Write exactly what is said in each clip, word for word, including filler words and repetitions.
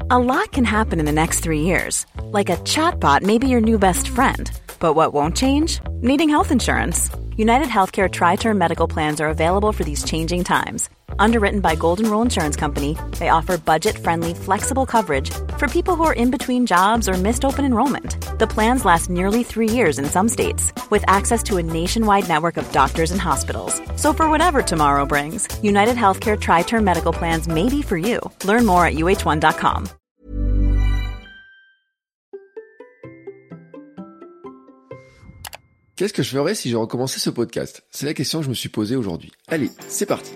A lot can happen in the next three years. Like a chatbot may be your new best friend. But what won't change? Needing health insurance. United Healthcare Tri-Term Medical Plans are available for these changing times. Underwritten by Golden Rule Insurance Company, they offer budget-friendly, flexible coverage for people who are in between jobs or missed open enrollment. The plans last nearly three years in some states, with access to a nationwide network of doctors and hospitals. So for whatever tomorrow brings, United Healthcare Tri-Term Medical Plans may be for you. Learn more at U H one dot com. Qu'est-ce que je ferais si je recommençais ce podcast ? C'est la question que je me suis posée aujourd'hui. Allez, c'est parti.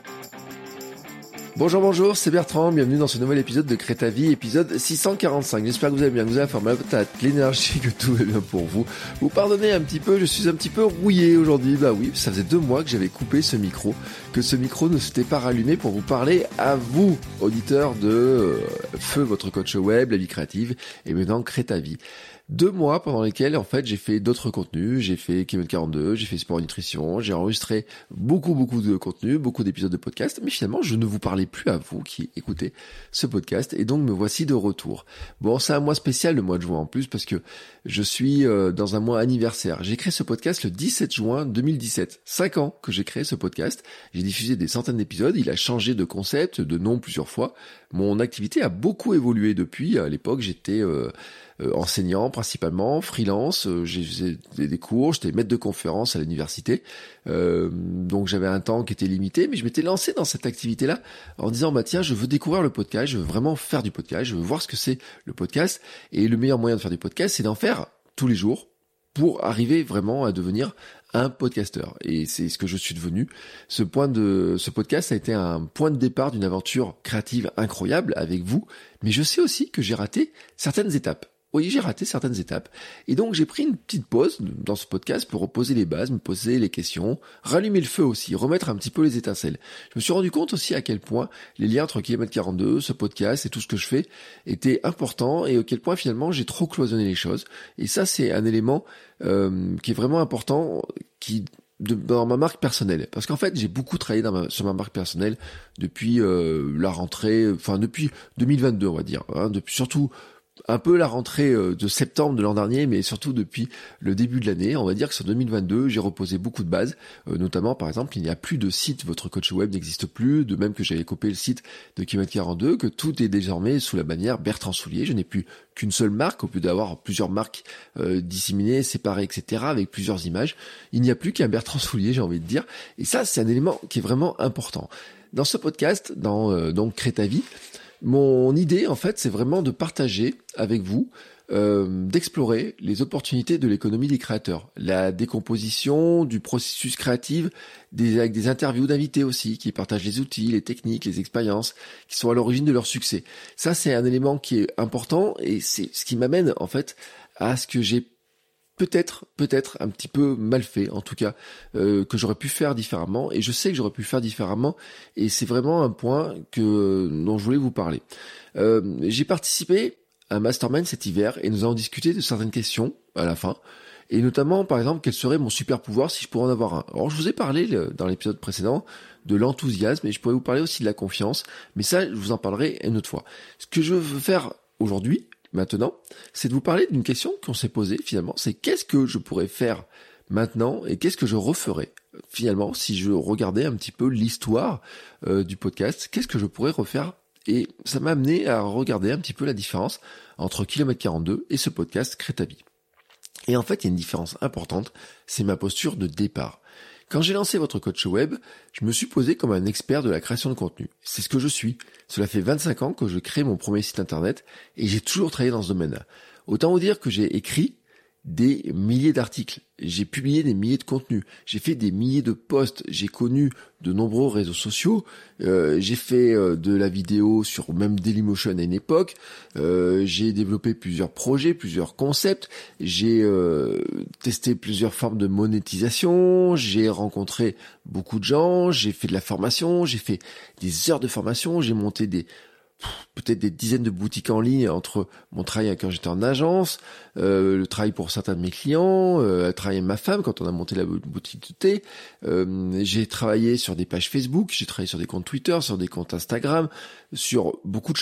Bonjour, bonjour, c'est Bertrand, bienvenue dans ce nouvel épisode de Crée ta vie, épisode six cent quarante-cinq. J'espère que vous allez bien, que vous avez la forme, la patate, l'énergie, que tout va bien pour vous. Vous pardonnez un petit peu, je suis un petit peu rouillé aujourd'hui. Bah oui, ça faisait deux mois que j'avais coupé ce micro, que ce micro ne s'était pas rallumé pour vous parler à vous, auditeurs de euh, Feu, votre coach web, la vie créative, et maintenant Crée ta vie. Deux mois pendant lesquels, en fait, j'ai fait d'autres contenus, j'ai fait kilomètre quarante-deux, j'ai fait sport et nutrition, j'ai enregistré beaucoup, beaucoup de contenus, beaucoup d'épisodes de podcast, mais finalement, je ne vous parlais plus à vous qui écoutez ce podcast, et donc me voici de retour. Bon, c'est un mois spécial, le mois de juin en plus, parce que je suis euh, dans un mois anniversaire. J'ai créé ce podcast le dix-sept juin deux mille dix-sept. Cinq ans que j'ai créé ce podcast, j'ai diffusé des centaines d'épisodes, il a changé de concept, de nom plusieurs fois. Mon activité a beaucoup évolué depuis. À l'époque, j'étais euh, euh, enseignant principalement, freelance, euh, j'ai faisais des, des cours, j'étais maître de conférence à l'université, euh, donc j'avais un temps qui était limité, mais je m'étais lancé dans cette activité-là en disant bah tiens, je veux découvrir le podcast, je veux vraiment faire du podcast, je veux voir ce que c'est le podcast, et le meilleur moyen de faire du podcast, c'est d'en faire tous les jours pour arriver vraiment à devenir un podcasteur. Et c'est ce que je suis devenu. Ce point de, ce podcast a été un point de départ d'une aventure créative incroyable avec vous, mais je sais aussi que j'ai raté certaines étapes. Oui, j'ai raté certaines étapes. Et donc, j'ai pris une petite pause dans ce podcast pour reposer les bases, me poser les questions, rallumer le feu aussi, remettre un petit peu les étincelles. Je me suis rendu compte aussi à quel point les liens entre kilomètre quarante-deux, ce podcast et tout ce que je fais étaient importants et à quel point finalement j'ai trop cloisonné les choses. Et ça, c'est un élément euh, qui est vraiment important, qui de, dans ma marque personnelle. Parce qu'en fait, j'ai beaucoup travaillé dans ma, sur ma marque personnelle depuis euh, la rentrée, enfin depuis deux mille vingt-deux, on va dire. Hein, depuis surtout un peu la rentrée de septembre de l'an dernier, mais surtout depuis le début de l'année. On va dire que sur deux mille vingt-deux, j'ai reposé beaucoup de bases, euh, notamment par exemple, il n'y a plus de site, votre coach web n'existe plus, de même que j'avais coupé le site de kilomètre quarante-deux, que tout est désormais sous la bannière Bertrand Soulier. Je n'ai plus qu'une seule marque, au lieu d'avoir plusieurs marques euh, disséminées, séparées, et cetera, avec plusieurs images. Il n'y a plus qu'un Bertrand Soulier, j'ai envie de dire. Et ça, c'est un élément qui est vraiment important. Dans ce podcast, dans euh, donc Crée ta vie, mon idée, en fait, c'est vraiment de partager avec vous, euh, d'explorer les opportunités de l'économie des créateurs, la décomposition du processus créatif, des, avec des interviews d'invités aussi, qui partagent les outils, les techniques, les expériences, qui sont à l'origine de leur succès. Ça, c'est un élément qui est important et c'est ce qui m'amène, en fait, à ce que j'ai peut-être, peut-être un petit peu mal fait, en tout cas, euh, que j'aurais pu faire différemment, et je sais que j'aurais pu faire différemment, et c'est vraiment un point que dont je voulais vous parler. Euh, j'ai participé à un mastermind cet hiver, et nous avons discuté de certaines questions à la fin, et notamment, par exemple, quel serait mon super pouvoir si je pourrais en avoir un. Alors, je vous ai parlé dans l'épisode précédent de l'enthousiasme, et je pourrais vous parler aussi de la confiance, mais ça, je vous en parlerai une autre fois. Ce que je veux faire aujourd'hui, maintenant, c'est de vous parler d'une question qu'on s'est posée finalement, c'est qu'est-ce que je pourrais faire maintenant et qu'est-ce que je referais finalement si je regardais un petit peu l'histoire euh, du podcast, qu'est-ce que je pourrais refaire? Et ça m'a amené à regarder un petit peu la différence entre kilomètre quarante-deux et ce podcast Crée ta vie. Et en fait, il y a une différence importante, c'est ma posture de départ. Quand j'ai lancé votre coach web, je me suis posé comme un expert de la création de contenu. C'est ce que je suis. Cela fait vingt-cinq ans que je crée mon premier site internet et j'ai toujours travaillé dans ce domaine-là. Autant vous dire que j'ai écrit des milliers d'articles, j'ai publié des milliers de contenus, j'ai fait des milliers de posts, j'ai connu de nombreux réseaux sociaux, euh, j'ai fait euh, de la vidéo sur même Dailymotion à une époque, euh, j'ai développé plusieurs projets, plusieurs concepts, j'ai euh, testé plusieurs formes de monétisation, j'ai rencontré beaucoup de gens, j'ai fait de la formation, j'ai fait des heures de formation, j'ai monté des peut-être des dizaines de boutiques en ligne entre mon travail quand j'étais en agence, euh, le travail pour certains de mes clients, euh, le travail avec ma femme quand on a monté la boutique de thé. Euh, j'ai travaillé sur des pages Facebook, j'ai travaillé sur des comptes Twitter, sur des comptes Instagram, sur beaucoup de choses.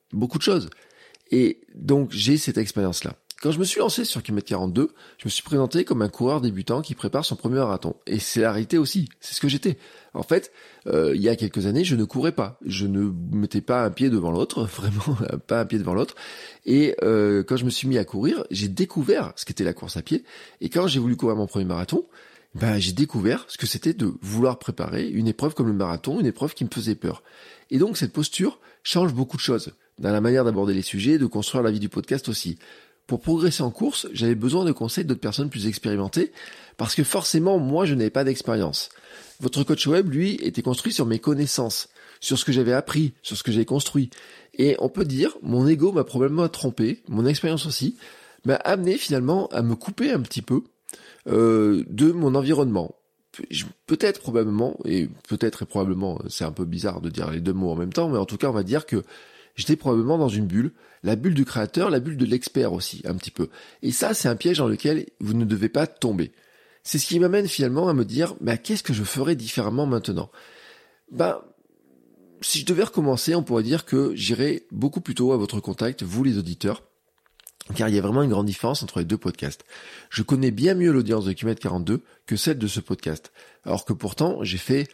beaucoup de choses. Et donc, j'ai cette expérience-là. Quand je me suis lancé sur kilomètre quarante-deux, je me suis présenté comme un coureur débutant qui prépare son premier marathon. Et c'est la réalité aussi, c'est ce que j'étais. En fait, euh, il y a quelques années, je ne courais pas. Je ne mettais pas un pied devant l'autre, vraiment pas un pied devant l'autre. Et euh, quand je me suis mis à courir, j'ai découvert ce qu'était la course à pied. Et quand j'ai voulu courir mon premier marathon, ben, j'ai découvert ce que c'était de vouloir préparer une épreuve comme le marathon, une épreuve qui me faisait peur. Et donc cette posture change beaucoup de choses dans la manière d'aborder les sujets, de construire la vie du podcast aussi. Pour progresser en course, j'avais besoin de conseils d'autres personnes plus expérimentées, parce que forcément, moi, je n'avais pas d'expérience. Votre coach web, lui, était construit sur mes connaissances, sur ce que j'avais appris, sur ce que j'ai construit. Et on peut dire, mon ego m'a probablement trompé, mon expérience aussi, m'a amené finalement à me couper un petit peu euh, de mon environnement. Peut-être, probablement, et peut-être et probablement, c'est un peu bizarre de dire les deux mots en même temps, mais en tout cas, on va dire que j'étais probablement dans une bulle, la bulle du créateur, la bulle de l'expert aussi, un petit peu. Et ça, c'est un piège dans lequel vous ne devez pas tomber. C'est ce qui m'amène finalement à me dire, bah, qu'est-ce que je ferais différemment maintenant? Ben, si je devais recommencer, on pourrait dire que j'irais beaucoup plus tôt à votre contact, vous les auditeurs, car il y a vraiment une grande différence entre les deux podcasts. Je connais bien mieux l'audience de kilomètre quarante-deux que celle de ce podcast. Alors que pourtant, j'ai fait,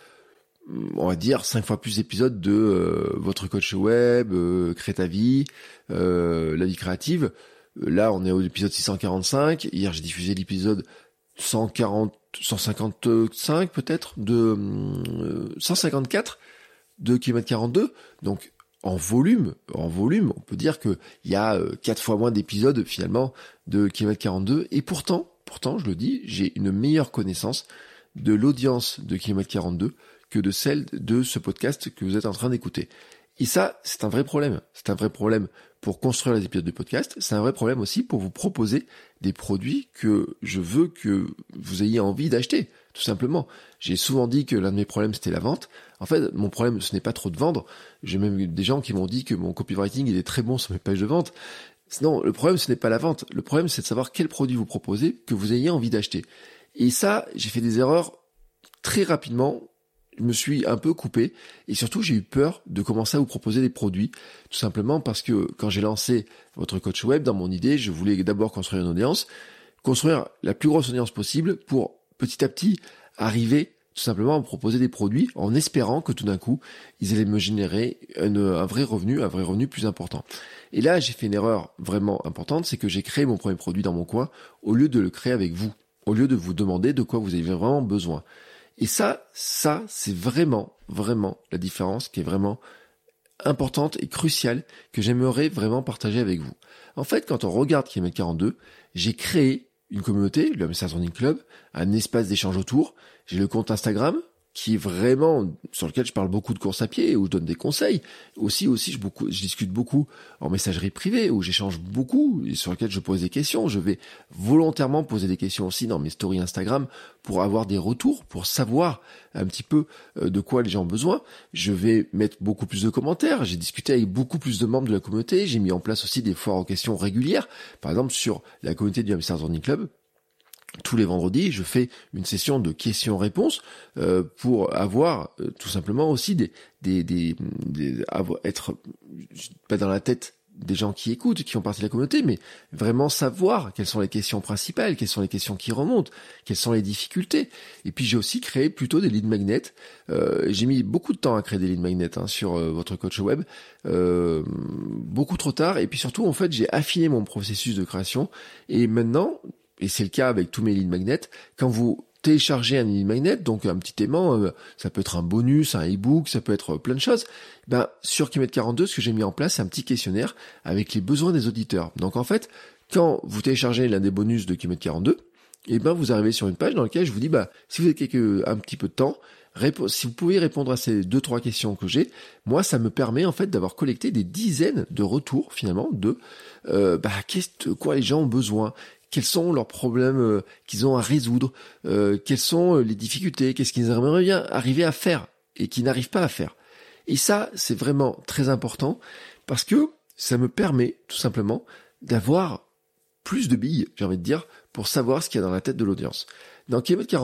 on va dire, cinq fois plus d'épisodes de euh, votre coach web, euh, Crée ta vie, euh, la vie créative. Là, on est au épisode six cent quarante-cinq. Hier, j'ai diffusé l'épisode cent quarante, cent cinquante-cinq peut-être, de euh, cent cinquante-quatre de kilomètre quarante-deux. Donc, en volume, en volume, on peut dire que il y a euh, quatre fois moins d'épisodes finalement de kilomètre quarante-deux. Et pourtant, pourtant, je le dis, j'ai une meilleure connaissance de l'audience de kilomètre quarante-deux que de celle de ce podcast que vous êtes en train d'écouter. Et ça, c'est un vrai problème. C'est un vrai problème pour construire les épisodes de podcast. C'est un vrai problème aussi pour vous proposer des produits que je veux que vous ayez envie d'acheter, tout simplement. J'ai souvent dit que l'un de mes problèmes, c'était la vente. En fait, mon problème, ce n'est pas trop de vendre. J'ai même eu des gens qui m'ont dit que mon copywriting, il est très bon sur mes pages de vente. Non, le problème, ce n'est pas la vente. Le problème, c'est de savoir quel produit vous proposez que vous ayez envie d'acheter. Et ça, j'ai fait des erreurs très rapidement. Je me suis un peu coupé et surtout j'ai eu peur de commencer à vous proposer des produits, tout simplement parce que quand j'ai lancé votre coach web, dans mon idée, je voulais d'abord construire une audience, construire la plus grosse audience possible pour petit à petit arriver tout simplement à me proposer des produits en espérant que tout d'un coup ils allaient me générer un, un vrai revenu, un vrai revenu plus important. Et là j'ai fait une erreur vraiment importante, c'est que j'ai créé mon premier produit dans mon coin au lieu de le créer avec vous, au lieu de vous demander de quoi vous avez vraiment besoin. Et ça, ça, c'est vraiment, vraiment la différence qui est vraiment importante et cruciale que j'aimerais vraiment partager avec vous. En fait, quand on regarde kilomètre quarante-deux, j'ai créé une communauté, le Hamster Running Club, un espace d'échange autour. J'ai le compte Instagram qui est vraiment sur lequel je parle beaucoup de course à pied, où je donne des conseils. Aussi, aussi, je, beaucoup, je discute beaucoup en messagerie privée, où j'échange beaucoup, et sur lequel je pose des questions. Je vais volontairement poser des questions aussi dans mes stories Instagram pour avoir des retours, pour savoir un petit peu de quoi les gens ont besoin. Je vais mettre beaucoup plus de commentaires. J'ai discuté avec beaucoup plus de membres de la communauté. J'ai mis en place aussi des foires aux questions régulières. Par exemple, sur la communauté du Hamster Running Club, tous les vendredis, je fais une session de questions-réponses euh, pour avoir euh, tout simplement aussi des, des, des, des avoir, être pas dans la tête des gens qui écoutent, qui font partie de la communauté, mais vraiment savoir quelles sont les questions principales, quelles sont les questions qui remontent, quelles sont les difficultés. Et puis j'ai aussi créé plutôt des lead magnets. Euh, j'ai mis beaucoup de temps à créer des lead magnets hein, sur euh, votre coach web, euh, beaucoup trop tard. Et puis surtout, en fait, j'ai affiné mon processus de création. Et maintenant, et c'est le cas avec tous mes lead magnets, quand vous téléchargez un lead magnet, donc un petit aimant, euh, ça peut être un bonus, un e-book, ça peut être plein de choses, ben, sur kilomètre quarante-deux, ce que j'ai mis en place, c'est un petit questionnaire avec les besoins des auditeurs. Donc en fait, quand vous téléchargez l'un des bonus de kilomètre quarante-deux, et ben vous arrivez sur une page dans laquelle je vous dis, bah, si vous avez quelques, un petit peu de temps, Répo- si vous pouvez répondre à ces deux, trois questions que j'ai, moi, ça me permet en fait d'avoir collecté des dizaines de retours finalement de euh, bah, qu'est-ce de quoi les gens ont besoin, quels sont leurs problèmes euh, qu'ils ont à résoudre, euh, quelles sont les difficultés, qu'est-ce qu'ils aimeraient bien arriver à faire et qu'ils n'arrivent pas à faire. Et ça, c'est vraiment très important parce que ça me permet tout simplement d'avoir plus de billes, j'ai envie de dire, pour savoir ce qu'il y a dans la tête de l'audience. Dans kilomètre quarante-deux,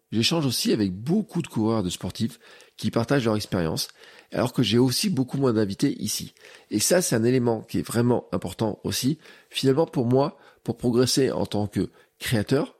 j'échange aussi avec beaucoup de coureurs, de sportifs qui partagent leur expérience, alors que j'ai aussi beaucoup moins d'invités ici. Et ça, c'est un élément qui est vraiment important aussi. Finalement, pour moi, pour progresser en tant que créateur,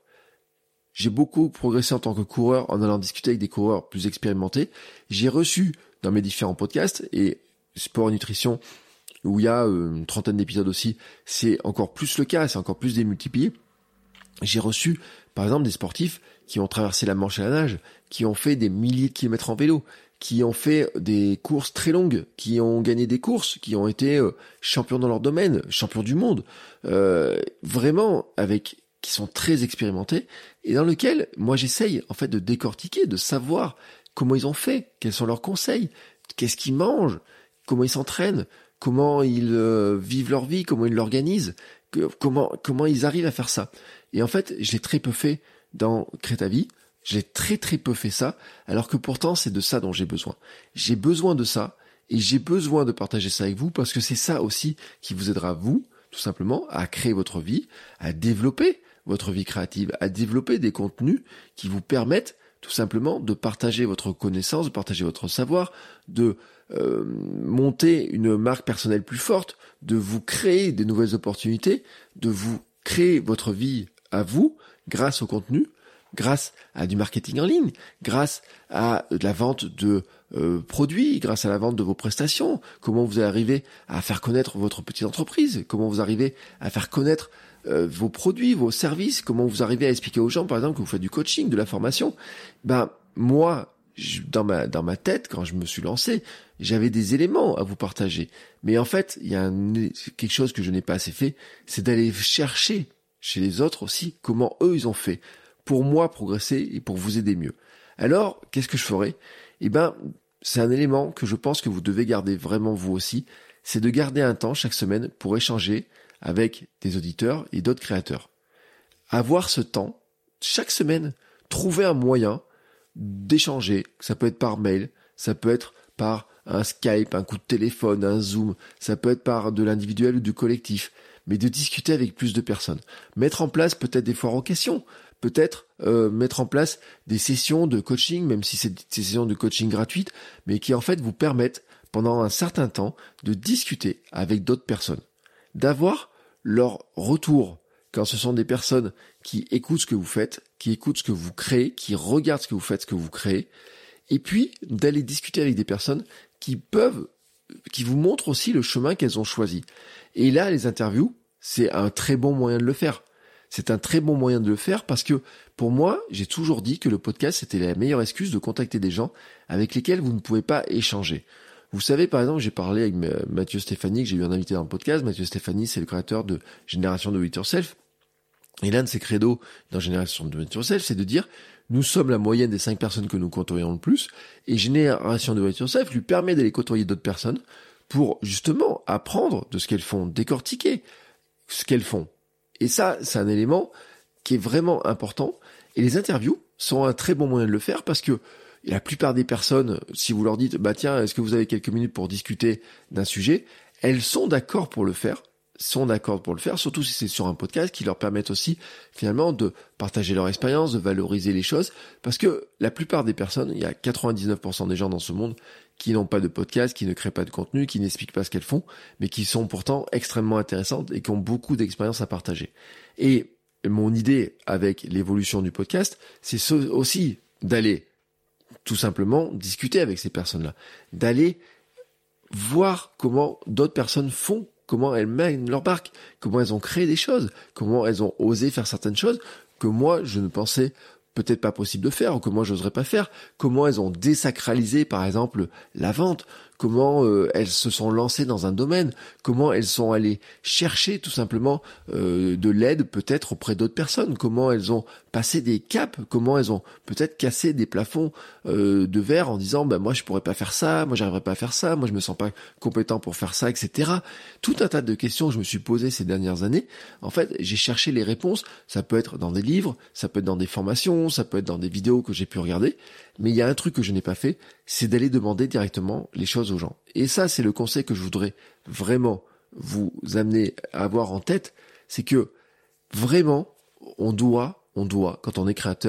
j'ai beaucoup progressé en tant que coureur en allant discuter avec des coureurs plus expérimentés. J'ai reçu dans mes différents podcasts, et Sport et Nutrition, où il y a une trentaine d'épisodes aussi, c'est encore plus le cas, c'est encore plus démultiplié. J'ai reçu, par exemple, des sportifs qui ont traversé la Manche à la nage, qui ont fait des milliers de kilomètres en vélo, qui ont fait des courses très longues, qui ont gagné des courses, qui ont été euh, champions dans leur domaine, champions du monde, euh, vraiment avec qui sont très expérimentés, et dans lequel moi j'essaye en fait de décortiquer, de savoir comment ils ont fait, quels sont leurs conseils, qu'est-ce qu'ils mangent, comment ils s'entraînent, comment ils euh, vivent leur vie, comment ils l'organisent, que, comment comment ils arrivent à faire ça. Et en fait, je l'ai très peu fait dans Crée ta vie. J'ai très très peu fait ça, alors que pourtant c'est de ça dont j'ai besoin. J'ai besoin de ça, et j'ai besoin de partager ça avec vous, parce que c'est ça aussi qui vous aidera, vous, tout simplement, à créer votre vie, à développer votre vie créative, à développer des contenus qui vous permettent tout simplement de partager votre connaissance, de partager votre savoir, de euh, monter une marque personnelle plus forte, de vous créer des nouvelles opportunités, de vous créer votre vie à vous grâce au contenu, grâce à du marketing en ligne, grâce à de la vente de euh, produits, grâce à la vente de vos prestations, comment vous arrivez à faire connaître votre petite entreprise, comment vous arrivez à faire connaître euh, vos produits, vos services, comment vous arrivez à expliquer aux gens, par exemple, que vous faites du coaching, de la formation. Ben, moi, je, dans ma dans ma tête, quand je me suis lancé, j'avais des éléments à vous partager. Mais en fait, il y a un, quelque chose que je n'ai pas assez fait, c'est d'aller chercher chez les autres aussi comment eux, ils ont fait pour moi progresser et pour vous aider mieux. Alors, qu'est-ce que je ferai ? Eh ben, c'est un élément que je pense que vous devez garder vraiment vous aussi, c'est de garder un temps chaque semaine pour échanger avec des auditeurs et d'autres créateurs. Avoir ce temps, chaque semaine, trouver un moyen d'échanger, ça peut être par mail, ça peut être par un Skype, un coup de téléphone, un Zoom, ça peut être par de l'individuel ou du collectif, mais de discuter avec plus de personnes. Mettre en place peut-être des foires aux questions, peut-être euh, mettre en place des sessions de coaching, même si c'est des sessions de coaching gratuites, mais qui en fait vous permettent pendant un certain temps de discuter avec d'autres personnes, d'avoir leur retour quand ce sont des personnes qui écoutent ce que vous faites, qui écoutent ce que vous créez, qui regardent ce que vous faites, ce que vous créez, et puis d'aller discuter avec des personnes qui peuvent, qui vous montrent aussi le chemin qu'elles ont choisi. Et là, les interviews, c'est un très bon moyen de le faire. C'est un très bon moyen de le faire parce que pour moi, j'ai toujours dit que le podcast, c'était la meilleure excuse de contacter des gens avec lesquels vous ne pouvez pas échanger. Vous savez, par exemple, j'ai parlé avec Mathieu Stéphanie, que j'ai eu un invité dans le podcast. Mathieu Stéphanie, c'est le créateur de Génération Do It Yourself. Et l'un de ses credos dans Génération Do It Yourself, c'est de dire, nous sommes la moyenne des cinq personnes que nous côtoyons le plus, et Génération Do It Yourself lui permet d'aller côtoyer d'autres personnes pour justement apprendre de ce qu'elles font, décortiquer ce qu'elles font. Et ça, c'est un élément qui est vraiment important. Et les interviews sont un très bon moyen de le faire parce que la plupart des personnes, si vous leur dites, bah tiens, est-ce que vous avez quelques minutes pour discuter d'un sujet, elles sont d'accord pour le faire, sont d'accord pour le faire, surtout si c'est sur un podcast qui leur permettent aussi finalement de partager leur expérience, de valoriser les choses, parce que la plupart des personnes, il y a quatre-vingt-dix-neuf pour cent des gens dans ce monde qui n'ont pas de podcast, qui ne créent pas de contenu, qui n'expliquent pas ce qu'elles font, mais qui sont pourtant extrêmement intéressantes et qui ont beaucoup d'expérience à partager. Et mon idée avec l'évolution du podcast, c'est aussi d'aller tout simplement discuter avec ces personnes-là, d'aller voir comment d'autres personnes font, comment elles mènent leur barque, comment elles ont créé des choses, comment elles ont osé faire certaines choses que moi je ne pensais peut-être pas possible de faire, ou que moi j'oserais pas faire, comment elles ont désacralisé par exemple la vente, comment euh, elles se sont lancées dans un domaine, comment elles sont allées chercher tout simplement euh, de l'aide peut-être auprès d'autres personnes, comment elles ont passé des caps, comment elles ont peut-être cassé des plafonds euh, de verre en disant bah moi je pourrais pas faire ça, moi j'arriverais pas à faire ça, moi je me sens pas compétent pour faire ça, et cetera. Tout un tas de questions que je me suis posées ces dernières années. En fait, j'ai cherché les réponses. Ça peut être dans des livres, ça peut être dans des formations, ça peut être dans des vidéos que j'ai pu regarder. Mais il y a un truc que je n'ai pas fait, c'est d'aller demander directement les choses aux gens. Et ça, c'est le conseil que je voudrais vraiment vous amener à avoir en tête, c'est que vraiment, on doit, on doit, quand on est créateur,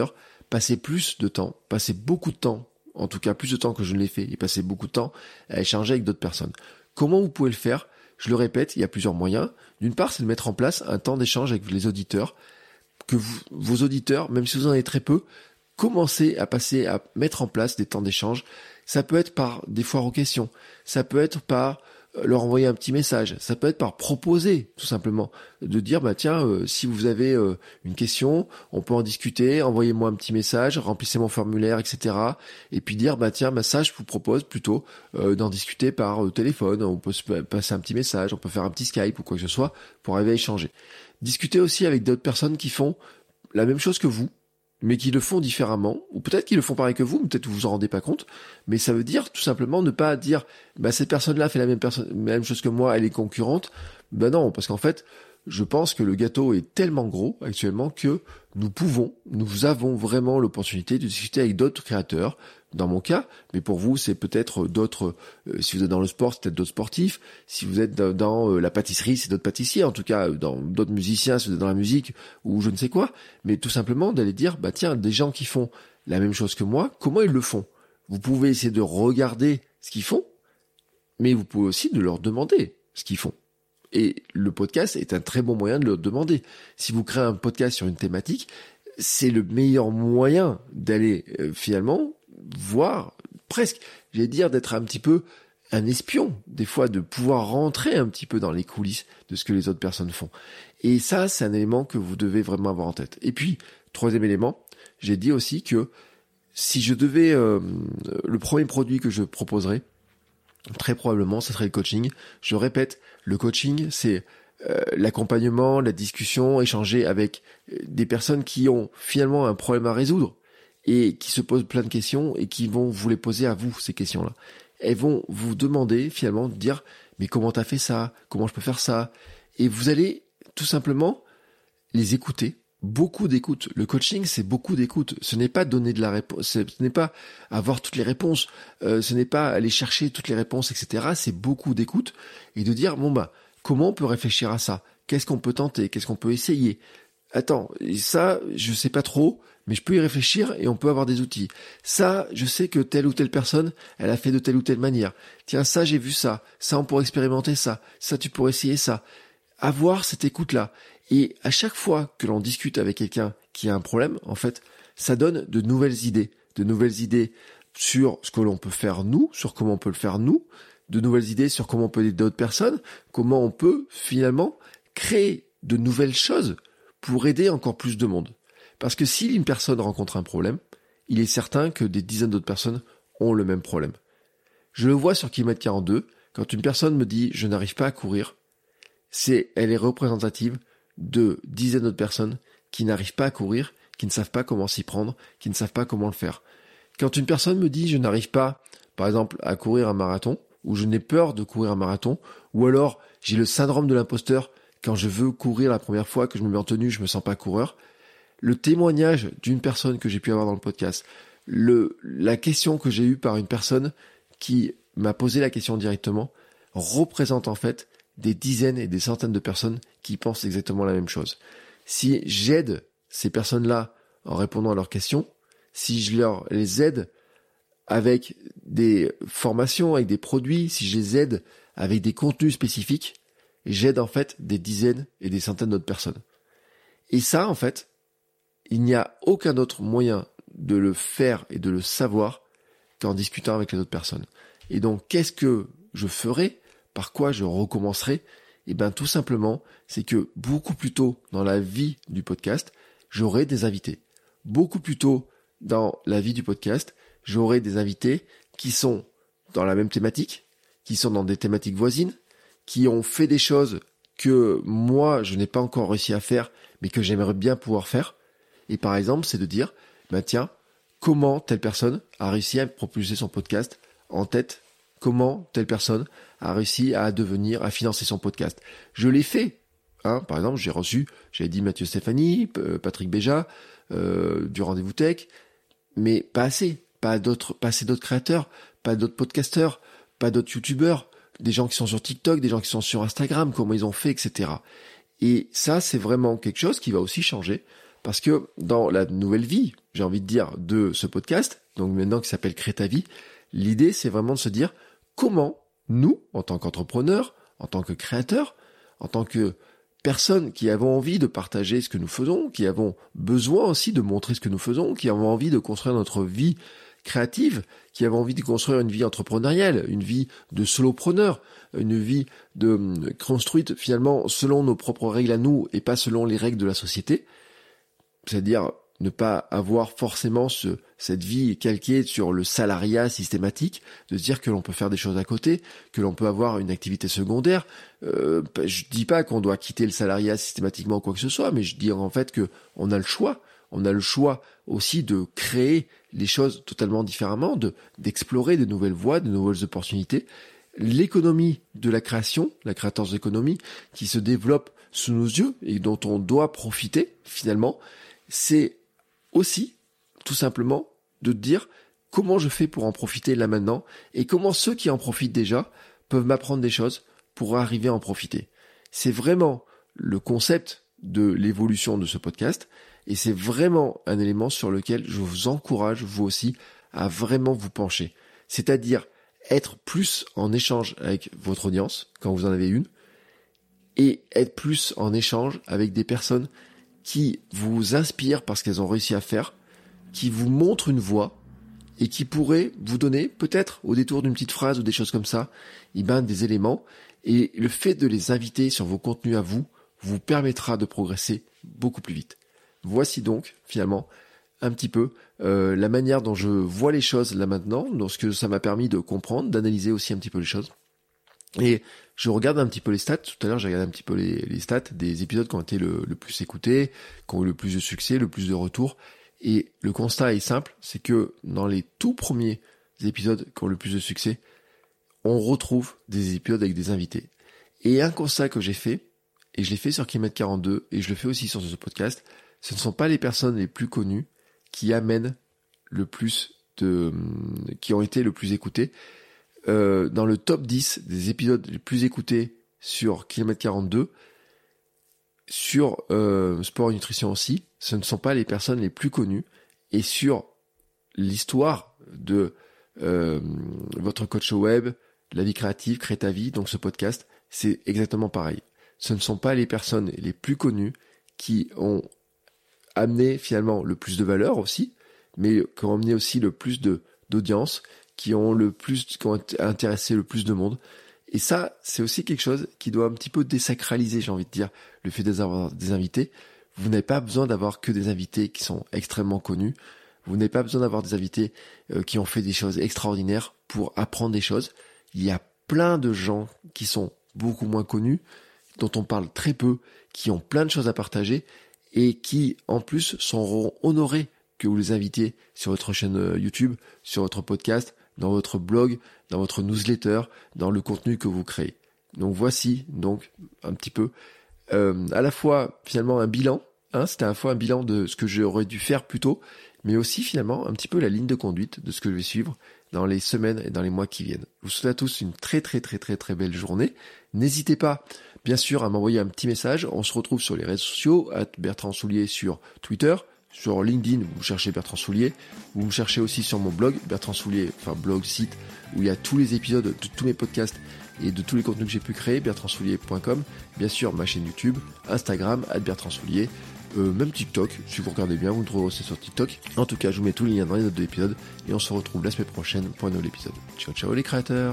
passer plus de temps, passer beaucoup de temps, en tout cas plus de temps que je ne l'ai fait, et passer beaucoup de temps à échanger avec d'autres personnes. Comment vous pouvez le faire ? Je le répète, il y a plusieurs moyens. D'une part, c'est de mettre en place un temps d'échange avec les auditeurs, que vous, vos auditeurs, même si vous en avez très peu, commencez à passer à mettre en place des temps d'échange. Ça peut être par des foires aux questions, ça peut être par leur envoyer un petit message, ça peut être par proposer, tout simplement, de dire, bah tiens, euh, si vous avez euh, une question, on peut en discuter, envoyez-moi un petit message, remplissez mon formulaire, et cetera. Et puis dire, bah tiens, bah ça, je vous propose plutôt euh, d'en discuter par euh, téléphone, on peut se passer un petit message, on peut faire un petit Skype ou quoi que ce soit, pour arriver à échanger. Discutez aussi avec d'autres personnes qui font la même chose que vous, mais qui le font différemment, ou peut-être qu'ils le font pareil que vous, peut-être que vous vous en rendez pas compte, mais ça veut dire tout simplement ne pas dire bah cette personne-là fait la même personne, la même chose que moi, elle est concurrente. Ben non, parce qu'en fait, je pense que le gâteau est tellement gros actuellement que nous pouvons, nous avons vraiment l'opportunité de discuter avec d'autres créateurs, dans mon cas, mais pour vous, c'est peut-être d'autres, euh, si vous êtes dans le sport, c'est peut-être d'autres sportifs, si vous êtes dans, dans euh, la pâtisserie, c'est d'autres pâtissiers, en tout cas, dans d'autres musiciens, si vous êtes dans la musique, ou je ne sais quoi, mais tout simplement d'aller dire, bah tiens, des gens qui font la même chose que moi, comment ils le font ? Vous pouvez essayer de regarder ce qu'ils font, mais vous pouvez aussi de leur demander ce qu'ils font. Et le podcast est un très bon moyen de leur demander. Si vous créez un podcast sur une thématique, c'est le meilleur moyen d'aller euh, finalement voir, presque, j'allais dire, d'être un petit peu un espion, des fois de pouvoir rentrer un petit peu dans les coulisses de ce que les autres personnes font. Et ça, c'est un élément que vous devez vraiment avoir en tête. Et puis, troisième élément, j'ai dit aussi que si je devais, euh, le premier produit que je proposerais, très probablement, ce serait le coaching. Je répète, le coaching, c'est euh, l'accompagnement, la discussion, échanger avec des personnes qui ont finalement un problème à résoudre et qui se posent plein de questions et qui vont vous les poser à vous, ces questions-là. Elles vont vous demander finalement de dire « mais comment t'as fait ça ? Comment je peux faire ça ?» Et vous allez tout simplement les écouter. Beaucoup d'écoute. Le coaching, c'est beaucoup d'écoute. Ce n'est pas donner de la réponse, ce n'est pas avoir toutes les réponses, euh, ce n'est pas aller chercher toutes les réponses, et cetera. C'est beaucoup d'écoute et de dire bon bah comment on peut réfléchir à ça ? Qu'est-ce qu'on peut tenter ? Qu'est-ce qu'on peut essayer ? Attends, ça, je sais pas trop, mais je peux y réfléchir et on peut avoir des outils. Ça, je sais que telle ou telle personne, elle a fait de telle ou telle manière. Tiens, ça, j'ai vu ça. Ça, on pourrait expérimenter ça. Ça, tu pourrais essayer ça. Avoir cette écoute-là. Et à chaque fois que l'on discute avec quelqu'un qui a un problème, en fait, ça donne de nouvelles idées. De nouvelles idées sur ce que l'on peut faire nous, sur comment on peut le faire nous, de nouvelles idées sur comment on peut aider d'autres personnes, comment on peut finalement créer de nouvelles choses pour aider encore plus de monde. Parce que si une personne rencontre un problème, il est certain que des dizaines d'autres personnes ont le même problème. Je le vois sur kilomètre quarante-deux, quand une personne me dit « je n'arrive pas à courir », c'est, elle est représentative de dizaines d'autres personnes qui n'arrivent pas à courir, qui ne savent pas comment s'y prendre, qui ne savent pas comment le faire. Quand une personne me dit « je n'arrive pas, par exemple, à courir un marathon », ou « je n'ai peur de courir un marathon », ou alors « j'ai le syndrome de l'imposteur, quand je veux courir la première fois que je me mets en tenue, je me sens pas coureur », le témoignage d'une personne que j'ai pu avoir dans le podcast, le, la question que j'ai eue par une personne qui m'a posé la question directement, représente en fait des dizaines et des centaines de personnes qui pensent exactement la même chose. Si j'aide ces personnes-là en répondant à leurs questions, si je leur les aide avec des formations, avec des produits, si je les aide avec des contenus spécifiques, j'aide en fait des dizaines et des centaines d'autres personnes. Et ça, en fait, il n'y a aucun autre moyen de le faire et de le savoir qu'en discutant avec les autres personnes. Et donc, qu'est-ce que je ferai ? Par quoi je recommencerai ? Eh bien, tout simplement, c'est que beaucoup plus tôt dans la vie du podcast, j'aurai des invités. Beaucoup plus tôt dans la vie du podcast, j'aurai des invités qui sont dans la même thématique, qui sont dans des thématiques voisines, qui ont fait des choses que moi, je n'ai pas encore réussi à faire, mais que j'aimerais bien pouvoir faire. Et par exemple, c'est de dire, bah tiens, comment telle personne a réussi à propulser son podcast en tête ? Comment telle personne a réussi à devenir, à financer son podcast ? Je l'ai fait. Hein, par exemple, j'ai reçu, j'avais dit Mathieu Stéphanie, Patrick Béja, euh, du Rendez-vous Tech, mais pas assez. Pas d'autres, pas assez d'autres créateurs, pas d'autres podcasteurs, pas d'autres youtubeurs, des gens qui sont sur TikTok, des gens qui sont sur Instagram, comment ils ont fait, et cetera. Et ça, c'est vraiment quelque chose qui va aussi changer, Parce que dans la nouvelle vie, j'ai envie de dire, de ce podcast, donc maintenant qui s'appelle Crée ta vie, l'idée c'est vraiment de se dire comment nous, en tant qu'entrepreneurs, en tant que créateurs, en tant que personnes qui avons envie de partager ce que nous faisons, qui avons besoin aussi de montrer ce que nous faisons, qui avons envie de construire notre vie créative, qui avons envie de construire une vie entrepreneuriale, une vie de solopreneur, une vie de construite finalement selon nos propres règles à nous et pas selon les règles de la société. C'est-à-dire ne pas avoir forcément ce, cette vie calquée sur le salariat systématique, de se dire que l'on peut faire des choses à côté, que l'on peut avoir une activité secondaire. Euh, je dis pas qu'on doit quitter le salariat systématiquement ou quoi que ce soit, mais je dis en fait que on a le choix. On a le choix aussi de créer les choses totalement différemment, de d'explorer de nouvelles voies, de nouvelles opportunités. L'économie de la création, la créators économie, qui se développe sous nos yeux et dont on doit profiter finalement, c'est aussi, tout simplement, de dire comment je fais pour en profiter là maintenant et comment ceux qui en profitent déjà peuvent m'apprendre des choses pour arriver à en profiter. C'est vraiment le concept de l'évolution de ce podcast et c'est vraiment un élément sur lequel je vous encourage, vous aussi, à vraiment vous pencher. C'est-à-dire être plus en échange avec votre audience, quand vous en avez une, et être plus en échange avec des personnes qui vous inspirent parce qu'elles ont réussi à faire, qui vous montrent une voie et qui pourraient vous donner, peut-être au détour d'une petite phrase ou des choses comme ça, eh ben, des éléments. Et le fait de les inviter sur vos contenus à vous, vous permettra de progresser beaucoup plus vite. Voici donc, finalement, un petit peu euh, la manière dont je vois les choses là maintenant, dans ce que ça m'a permis de comprendre, d'analyser aussi un petit peu les choses. Et je regarde un petit peu les stats. Tout à l'heure, j'ai regardé un petit peu les, les stats des épisodes qui ont été le, le plus écoutés, qui ont eu le plus de succès, le plus de retours. Et le constat est simple, c'est que dans les tout premiers épisodes qui ont le plus de succès, on retrouve des épisodes avec des invités. Et un constat que j'ai fait, et je l'ai fait sur Kilomètre quarante-deux, et je le fais aussi sur ce podcast, ce ne sont pas les personnes les plus connues qui amènent le plus de, qui ont été le plus écoutées. Euh, dans le top dix des épisodes les plus écoutés sur Kilomètre quarante-deux, sur euh, Sport et Nutrition aussi, ce ne sont pas les personnes les plus connues. Et sur l'histoire de euh, votre coach web, la vie créative, Crée ta vie, donc ce podcast, c'est exactement pareil. Ce ne sont pas les personnes les plus connues qui ont amené finalement le plus de valeur aussi, mais qui ont amené aussi le plus de d'audience, qui ont le plus, qui ont intéressé le plus de monde. Et ça, c'est aussi quelque chose qui doit un petit peu désacraliser, j'ai envie de dire, le fait d'avoir des invités. Vous n'avez pas besoin d'avoir que des invités qui sont extrêmement connus. Vous n'avez pas besoin d'avoir des invités euh, qui ont fait des choses extraordinaires pour apprendre des choses. Il y a plein de gens qui sont beaucoup moins connus, dont on parle très peu, qui ont plein de choses à partager et qui, en plus, seront honorés que vous les invitez sur votre chaîne YouTube, sur votre podcast, dans votre blog, dans votre newsletter, dans le contenu que vous créez. Donc voici donc un petit peu euh, à la fois finalement un bilan, hein, c'était à la fois un bilan de ce que j'aurais dû faire plus tôt, mais aussi finalement un petit peu la ligne de conduite de ce que je vais suivre dans les semaines et dans les mois qui viennent. Je vous souhaite à tous une très très très très très belle journée. N'hésitez pas bien sûr à m'envoyer un petit message. On se retrouve sur les réseaux sociaux, arobase Bertrand Soulier sur Twitter. Sur LinkedIn, vous cherchez Bertrand Soulier. Vous me cherchez aussi sur mon blog, Bertrand Soulier, enfin blog, site, où il y a tous les épisodes de tous mes podcasts et de tous les contenus que j'ai pu créer, bertrand soulier point com. Bien sûr, ma chaîne YouTube, Instagram, arobase Bertrand Soulier, euh, même TikTok, si vous regardez bien, vous me trouverez aussi sur TikTok. En tout cas, je vous mets tous les liens dans les notes de l'épisode et on se retrouve la semaine prochaine pour un nouvel épisode. Ciao, ciao les créateurs!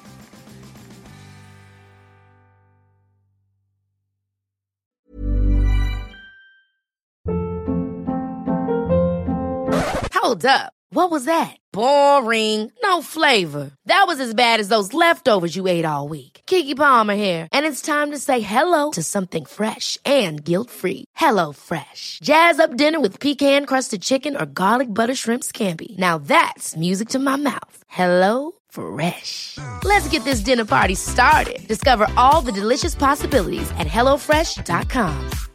Hold up. What was that? Boring. No flavor. That was as bad as those leftovers you ate all week. Keke Palmer here, and it's time to say hello to something fresh and guilt-free. Hello Fresh. Jazz up dinner with pecan-crusted chicken or garlic butter shrimp scampi. Now that's music to my mouth. Hello Fresh. Let's get this dinner party started. Discover all the delicious possibilities at hello fresh dot com.